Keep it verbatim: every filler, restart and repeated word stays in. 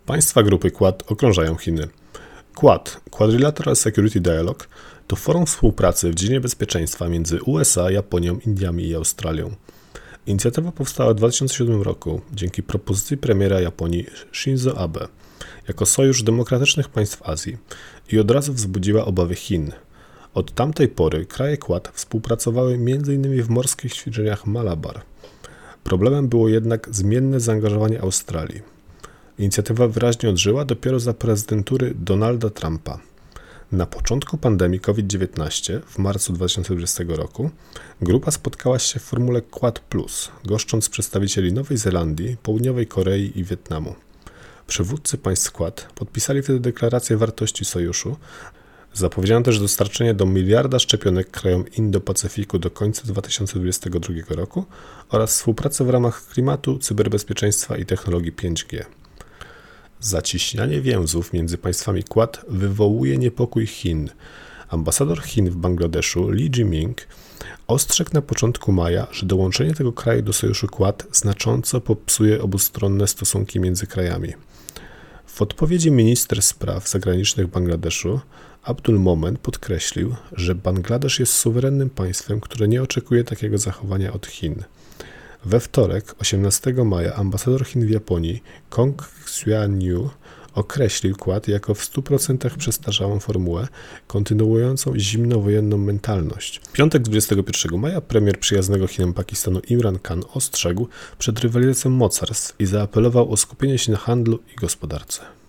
Państwa grupy Quad okrążają Chiny. Quad, Quadrilateral Security Dialogue, to forum współpracy w dziedzinie bezpieczeństwa między U S A, Japonią, Indiami i Australią. Inicjatywa powstała w dwa tysiące siódmym roku dzięki propozycji premiera Japonii Shinzo Abe jako sojusz demokratycznych państw Azji i od razu wzbudziła obawy Chin. Od tamtej pory kraje Quad współpracowały między innymi w morskich ćwiczeniach Malabar. Problemem było jednak zmienne zaangażowanie Australii. Inicjatywa wyraźnie odżyła dopiero za prezydentury Donalda Trumpa. Na początku pandemii COVID dziewiętnaście w marcu dwa tysiące dwudziestego roku grupa spotkała się w formule Quad plus, goszcząc przedstawicieli Nowej Zelandii, Południowej Korei i Wietnamu. Przywódcy państw Quad podpisali wtedy deklarację wartości sojuszu. Zapowiedziano też dostarczenie do miliarda szczepionek krajom Indo-Pacyfiku do końca dwa tysiące dwudziestego drugiego roku oraz współpracę w ramach klimatu, cyberbezpieczeństwa i technologii pięć G. Zacieśnianie więzów między państwami Quad wywołuje niepokój Chin. Ambasador Chin w Bangladeszu Li Jiming ostrzegł na początku maja, że dołączenie tego kraju do sojuszu Quad znacząco popsuje obustronne stosunki między krajami. W odpowiedzi minister spraw zagranicznych Bangladeszu Abdul Momen podkreślił, że Bangladesz jest suwerennym państwem, które nie oczekuje takiego zachowania od Chin. We wtorek, osiemnastego maja, ambasador Chin w Japonii Kong Xuanyu określił Quad jako w stu procentach przestarzałą formułę, kontynuującą zimnowojenną mentalność. W piątek dwudziestego pierwszego maja premier przyjaznego Chinom Pakistanu Imran Khan ostrzegł przed rywalizacją mocarstw i zaapelował o skupienie się na handlu i gospodarce.